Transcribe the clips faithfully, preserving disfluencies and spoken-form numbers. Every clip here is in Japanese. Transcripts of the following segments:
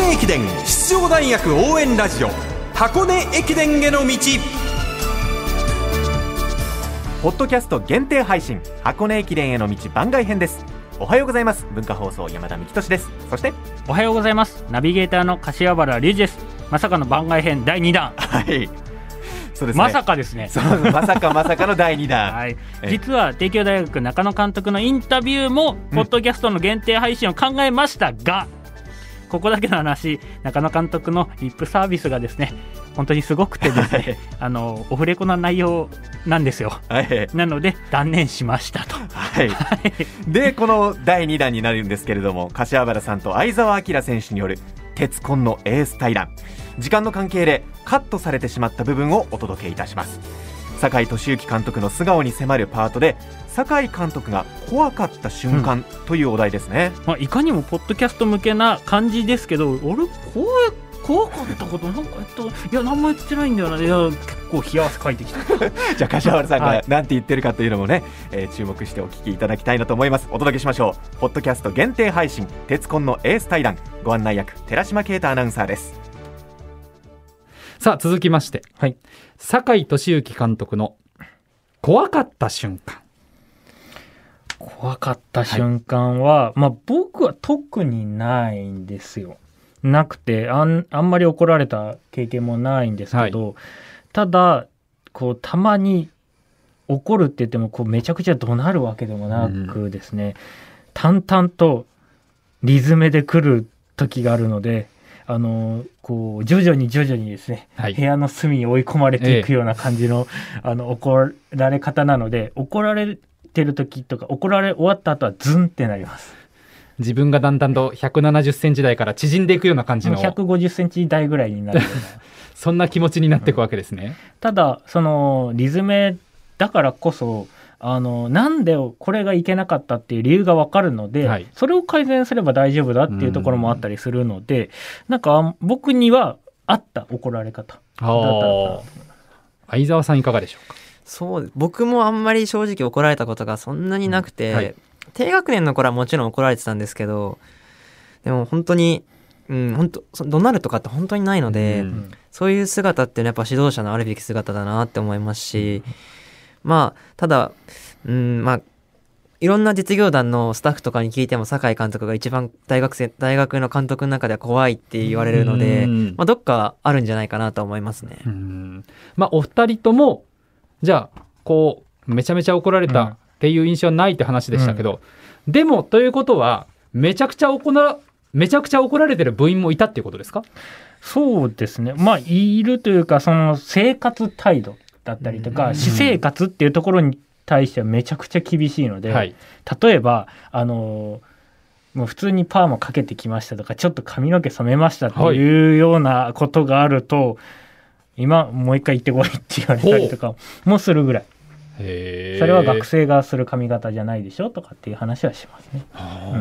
根駅伝出場大学応援ラジオ、箱根駅伝への道。 ポッドキャスト限定配信、箱根駅伝への道番外編です。おはようございます。文化放送山田美希俊です。そしておはようございます。ナビゲーターの柏原隆二です。まさかの番外編だいにだん。 はいそうですね、 まさかですね。 そうまさかまさかのだいにだん、はい、 実は帝京大学中野監督のインタビューもポッドキャストの限定配信を考えましたが、うん、ここだけの話、中野監督のリップサービスがですね本当にすごくてですねあのオフレコな内容なんですよ、はい、なので断念しましたと、 はい、でこのだいにだんになるんですけれども、柏原さんと相澤晃選手による鉄紺のエース対談、時間の関係でカットされてしまった部分をお届けいたします。酒井俊之監督の素顔に迫るパートで、酒井監督が怖かった瞬間、うん、というお題ですね。 まあ、いかにもポッドキャスト向けな感じですけど、俺怖い怖かったことなんか、えっと、いや何も言ってないんだよな。いや結構冷や汗かいてきたじゃあ柏原さんが何て言ってるかというのもね、はい、えー、注目してお聞きいただきたいなと思います。お届けしましょう。ポッドキャスト限定配信、鉄紺のエース対談、ご案内役寺島啓太アナウンサーです。 さあ続きまして、はい、酒井俊之監督の怖かった瞬間。 怖かった瞬間は、はい、まあ、僕は特にないんですよ。なくて、あん、あんまり怒られた経験もないんですけど、はい、ただこうたまに怒るって言ってもこうめちゃくちゃ怒鳴るわけでもなくですね、うん、淡々とリズムで来る時があるので、あのこう徐々に徐々にですね、はい、部屋の隅に追い込まれていくような感じの、ええ、あの怒られ方なので、怒られてる時とか怒られ終わった後はズンってなります。 自分がだんだんとひゃくななじゅっセンチ台から縮んでいくような感じのひゃくごじゅっセンチ台ぐらいになるようなそんな気持ちになっていくわけですね、 うん、ただそのリズムだからこそ、あのなんでこれがいけなかったっていう理由が分かるので、はい、それを改善すれば大丈夫だっていうところもあったりするので、なんか僕にはあった怒られ方だった。 相澤さんいかがでしょうか。 そう僕もあんまり正直怒られたことがそんなになくて、うん、はい、低学年の頃はもちろん怒られてたんですけど、でも本当に、うん、本当怒鳴るとかって本当にないので、うん、そういう姿っていうのはやっぱ指導者のあるべき姿だなって思いますし、うん、まあただ、うん、まあいろんな実業団のスタッフとかに聞いても酒井監督が一番大学生大学の監督の中では怖いって言われるので、まあ、どっかあるんじゃないかなと思いますね。 うん、まあ、お二人ともじゃあこうめちゃめちゃ怒られたっていう印象はないって話でしたけど、うん、でもということはめちゃくちゃ怒らめちゃくちゃ怒られてる部員もいたっていうことですか。 そうですね、まあいるというか、その生活態度だったりとか、うん、私生活っていうところに対してはめちゃくちゃ厳しいので、はい、例えばあのもう普通にパーマかけてきましたとか、ちょっと髪の毛染めましたっていうようなことがあると、はい、今もう一回言ってこいって言われたりとかもするぐらい。へー、それは学生がする髪型じゃないでしょとかっていう話はしますね。うん、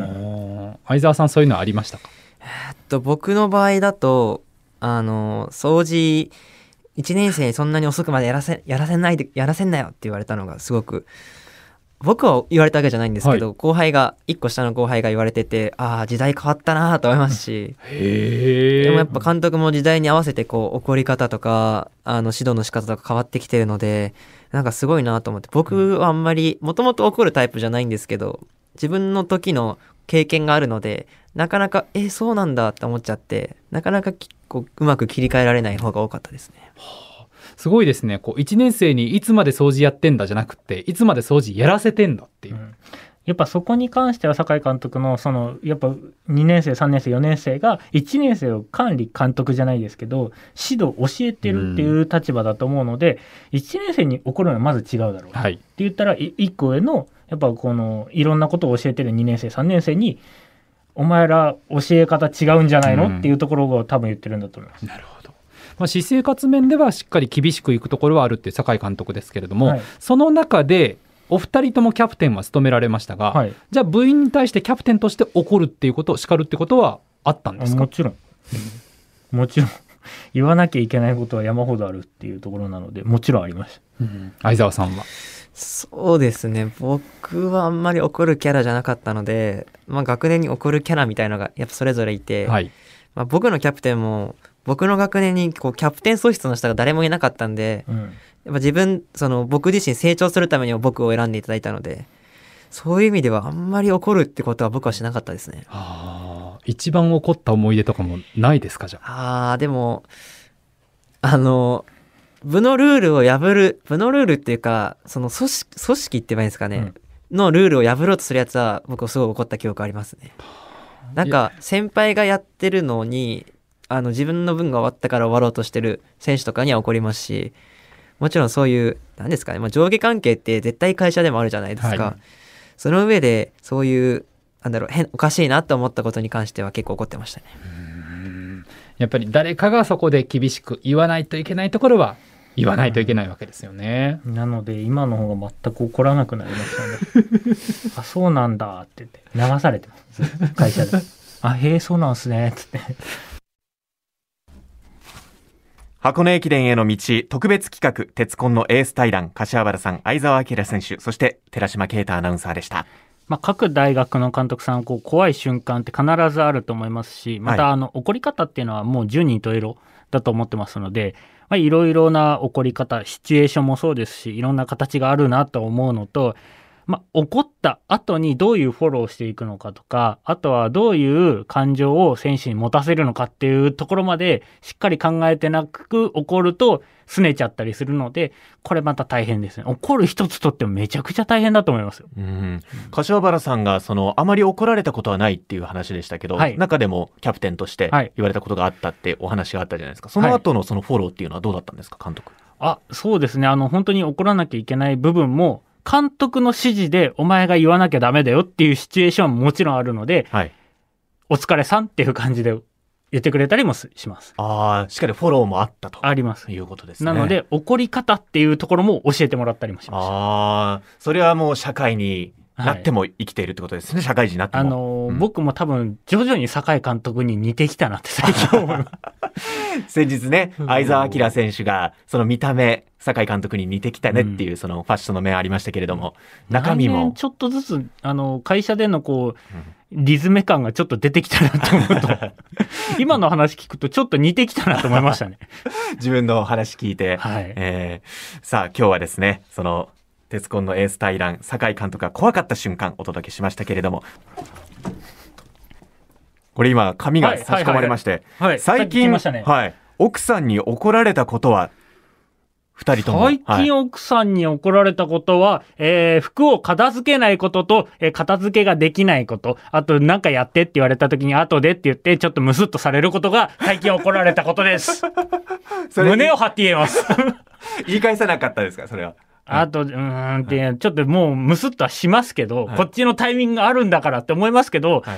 相澤さんそういうのはありましたか。 えー、っと僕の場合だとあの掃除いちねん生にそんなに遅くまでやらせ、やらせないでやらせんなよって言われたのがすごく、僕は言われたわけじゃないんですけど、はい、後輩がいっこ下の後輩が言われてて、ああ時代変わったなと思いますしへでもやっぱ監督も時代に合わせてこう怒り方とかあの指導の仕方とか変わってきてるので、なんかすごいなと思って、僕はあんまりもともと怒るタイプじゃないんですけど、自分の時の経験があるのでなかなかえそうなんだって思っちゃって、なかなかこううまく切り替えられない方が多かったですね。 はあ、すごいですね。こういちねん生にいつまで掃除やってんだじゃなくて、いつまで掃除やらせてんだっていう、うん、 やっぱそこに関しては酒井監督のそのやっぱにねん生さんねん生よねん生がいちねん生を管理監督じゃないですけど指導教えてるっていう立場だと思うので、うん、いちねん生に怒るのはまず違うだろう、はい、って言ったらいっこ上のやっぱこのいろんなことを教えてるにねん生さんねん生にお前ら教え方違うんじゃないの、うん、っていうところを多分言ってるんだと思います。 なるほど。まあ、私生活面ではしっかり厳しくいくところはあるって酒井監督ですけれども、はい、その中でお二人ともキャプテンは務められましたが、はい、じゃあ部員に対してキャプテンとして怒るっていうことを叱るってことはあったんですか。 もちろんもちろん言わなきゃいけないことは山ほどあるっていうところなのでもちろんありました、うん、 相澤さんは。 そうですね、僕はあんまり怒るキャラじゃなかったので、まあ、学年に怒るキャラみたいなのがやっぱそれぞれいて、はい、 まあ、僕のキャプテンも僕の学年にこうキャプテン素質の人が誰もいなかったんで、うん、やっぱ自分その僕自身成長するためには僕を選んでいただいたので、そういう意味ではあんまり怒るってことは僕はしなかったですね。 あ、一番怒った思い出とかもないですか？じゃああ、でもあの部のルールを破る部のルールっていうかその組織組織って言えばいいんですかね、うん、のルールを破ろうとするやつは僕はすごい怒った記憶ありますね。なんか先輩がやってるのにあの自分の分が終わったから終わろうとしてる選手とかには怒りますし、もちろんそういう何ですかね、まあ、上下関係って絶対会社でもあるじゃないですか、はい、その上でそういうなんだろう変おかしいなと思ったことに関しては結構怒ってましたね。 うーん、やっぱり誰かがそこで厳しく言わないといけないところは言わないといけないわけですよね。 なので今の方が全く怒らなくなりましたねあ、そうなんだって言って流されてます会社であ、へえそうなんすねって言って箱根駅伝への道特別企画、鉄紺のエース対談、柏原さん、相澤晃選手、そして寺島啓太アナウンサーでした。 まあ、各大学の監督さんこう怖い瞬間って必ずあると思いますし、またあの怒り方っていうのはもう十人十色だと思ってますので、まあ、いろいろな怒り方シチュエーションもそうですしいろんな形があるなと思うのと、まあ、怒った後にどういうフォローをしていくのかとか、あとはどういう感情を選手に持たせるのかっていうところまでしっかり考えてなく怒ると拗ねちゃったりするので、これまた大変ですね。怒る一つとってもめちゃくちゃ大変だと思いますよ。 うん、柏原さんがそのあまり怒られたことはないっていう話でしたけど、はい、中でもキャプテンとして言われたことがあったってお話があったじゃないですか。その後のそのフォローっていうのはどうだったんですか、監督。 あ、そうですね。あの本当に怒らなきゃいけない部分も監督の指示でお前が言わなきゃダメだよっていうシチュエーションももちろんあるので、はい、お疲れさんっていう感じで言ってくれたりもします。 ああ、しっかりフォローもあったとありますいうことですね。 なので怒り方っていうところも教えてもらったりもしました。 ああ、それはもう社会になっても生きているってことですね、はい、社会人になっても。 あのーうん、僕も多分徐々に酒井監督に似てきたなって最近思います先日ね、相澤晃選手がその見た目酒井監督に似てきたねっていうそのファッションの面ありましたけれども、うん、中身もちょっとずつあの会社でのこう、うん、リズメ感がちょっと出てきたなと思うと今の話聞くとちょっと似てきたなと思いましたね自分の話聞いて、はいえー、さあ今日はですね、その鉄紺のエース対談、酒井監督が怖かった瞬間お届けしましたけれども、これ今紙が差し込まれまして、最近、ねはい、奥さんに怒られたことはふたりとも最近奥さんに怒られたことは、はい、えー、服を片付けないことと、えー、片付けができないこと、あとなんかやってって言われた時に後でって言ってちょっとムスッとされることが最近怒られたことです胸を張って言えます言い返さなかったですか、それは。 あとうーんって、はい、ちょっともうムスッとはしますけど、はい、こっちのタイミングがあるんだからって思いますけど、はい、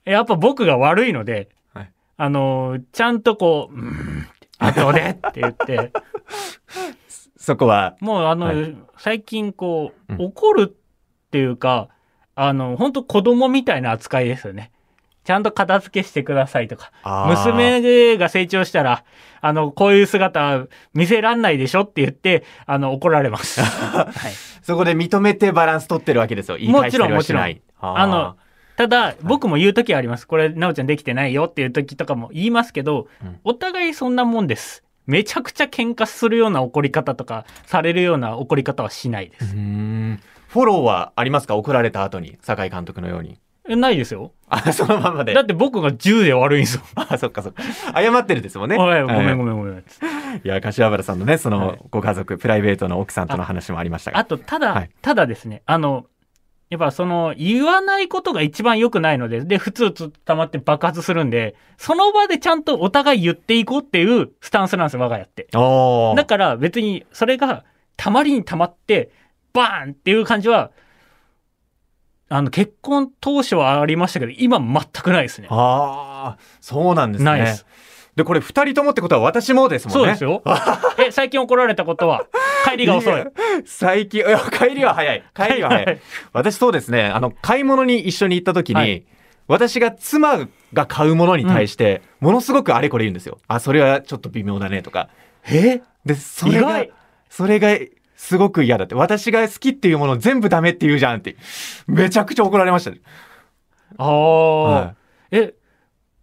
やっぱ僕が悪いので、はい、あのちゃんとこう、うーん後でって言ってそこはもうあの、はい、最近こう、うん、怒るっていうかあの本当子供みたいな扱いですよね。ちゃんと片付けしてくださいとか、娘が成長したらあのこういう姿見せらんないでしょって言ってあの怒られます、はい、 そこで認めてバランス取ってるわけですよ。言い返したりはしない。もちろんもちろん。あのただ僕も言う時はあります。これなおちゃんできてないよっていう時とかも言いますけど、うん、お互いそんなもんです。めちゃくちゃ喧嘩するような怒り方とかされるような怒り方はしないです。うーん、フォローはありますか、怒られた後に酒井監督のように。 ないですよ。 あ、そのままで。 だって僕がじゅうで悪いんですよ。 あ、そっかそっか。謝ってるですもんね。 ごめんごめんごめんごめん。いや、柏原さんのね、そのご家族、はい、プライベートの奥さんとの話もありましたが。 あ, あと、ただ、はい、ただですね、あの、やっぱその、言わないことが一番良くないので、で、ふつふつ溜まって爆発するんで、その場でちゃんとお互い言っていこうっていうスタンスなんですよ、我が家って。だから別に、それが、たまりに溜まって、バーンっていう感じは、あの結婚当初はありましたけど今全くないですね。 ああ、そうなんですね。 ないです。 でこれふたりともってことは私もですもんね。 そうですよえ最近怒られたことは帰りが遅い。い最近いや帰りは早い帰りは早い私そうですね、あの買い物に一緒に行った時に、はい、私が妻が買うものに対して、うん、ものすごくあれこれ言うんですよ。あ、それはちょっと微妙だねとか。 えでそれがそれがすごく嫌だって、私が好きっていうもの全部ダメって言うじゃんってめちゃくちゃ怒られましたね。 ああ、はい、え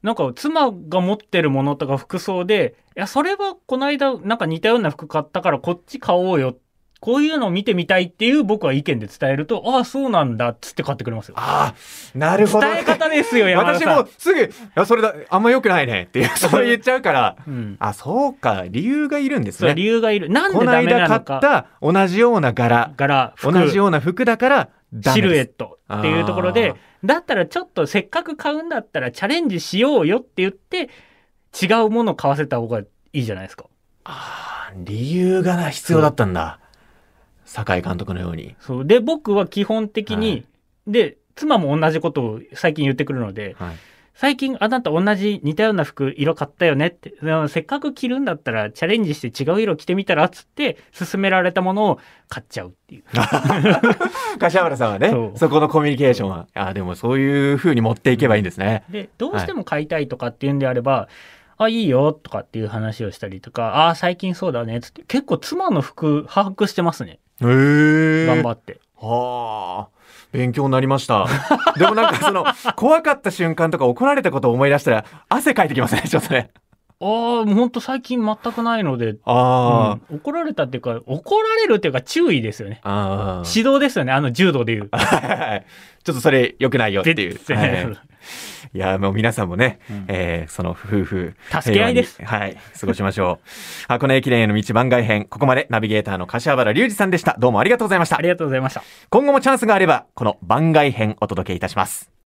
なんか妻が持ってるものとか服装で、いや、それはこの間なんか似たような服買ったからこっち買おうよ。こういうのを見てみたいっていう僕は意見で伝えると、ああ、そうなんだっつって買ってくれますよ。 ああ、なるほど。 伝え方ですよ、山田さん。 私もすぐ、いや、それだ、あんま良くないねっていう、そう言っちゃうから、 うん、 あ、そうか、理由がいるんですね。 そう、理由がいる。なんでダメなのか。 この間買った同じような柄、 柄、服、 同じような服だからダメです、 シルエットっていうところで、だったらちょっとせっかく買うんだったらチャレンジしようよって言って、違うものを買わせた方がいいじゃないですか。 ああ、理由が必要だったんだ。酒井監督のように。 そうで、僕は基本的に、はい、で妻も同じことを最近言ってくるので、はい、最近あなた同じ似たような服色買ったよねって、せっかく着るんだったらチャレンジして違う色着てみたらっつって勧められたものを買っちゃうっていう柏原さんはね、 そ, そこのコミュニケーションは、あ、でもそういう風に持っていけばいいんですね。 でどうしても買いたいとかっていうんであれば、はい、あ、いいよとかっていう話をしたりとか、あ、最近そうだねっつって、結構妻の服把握してますね。 へー、 頑張って。 はあ、勉強になりました。でもなんかその怖かった瞬間とか怒られたことを思い出したら汗かいてきますね、ちょっとね。 ああ、もうほんと最近全くないので、 あ、 うん、怒られたっていうか、怒られるっていうか注意ですよね。 あ、 指導ですよね、あの柔道でいう。 ちょっとそれ良くないよっていう。はい、いや、もう皆さんもね、うん、えー、その夫婦助け合いです。 はい、過ごしましょう。箱根駅伝への道番外編、ここまでナビゲーターの柏原隆二さんでした。どうもありがとうございました。 ありがとうございました。 今後もチャンスがあればこの番外編お届けいたします。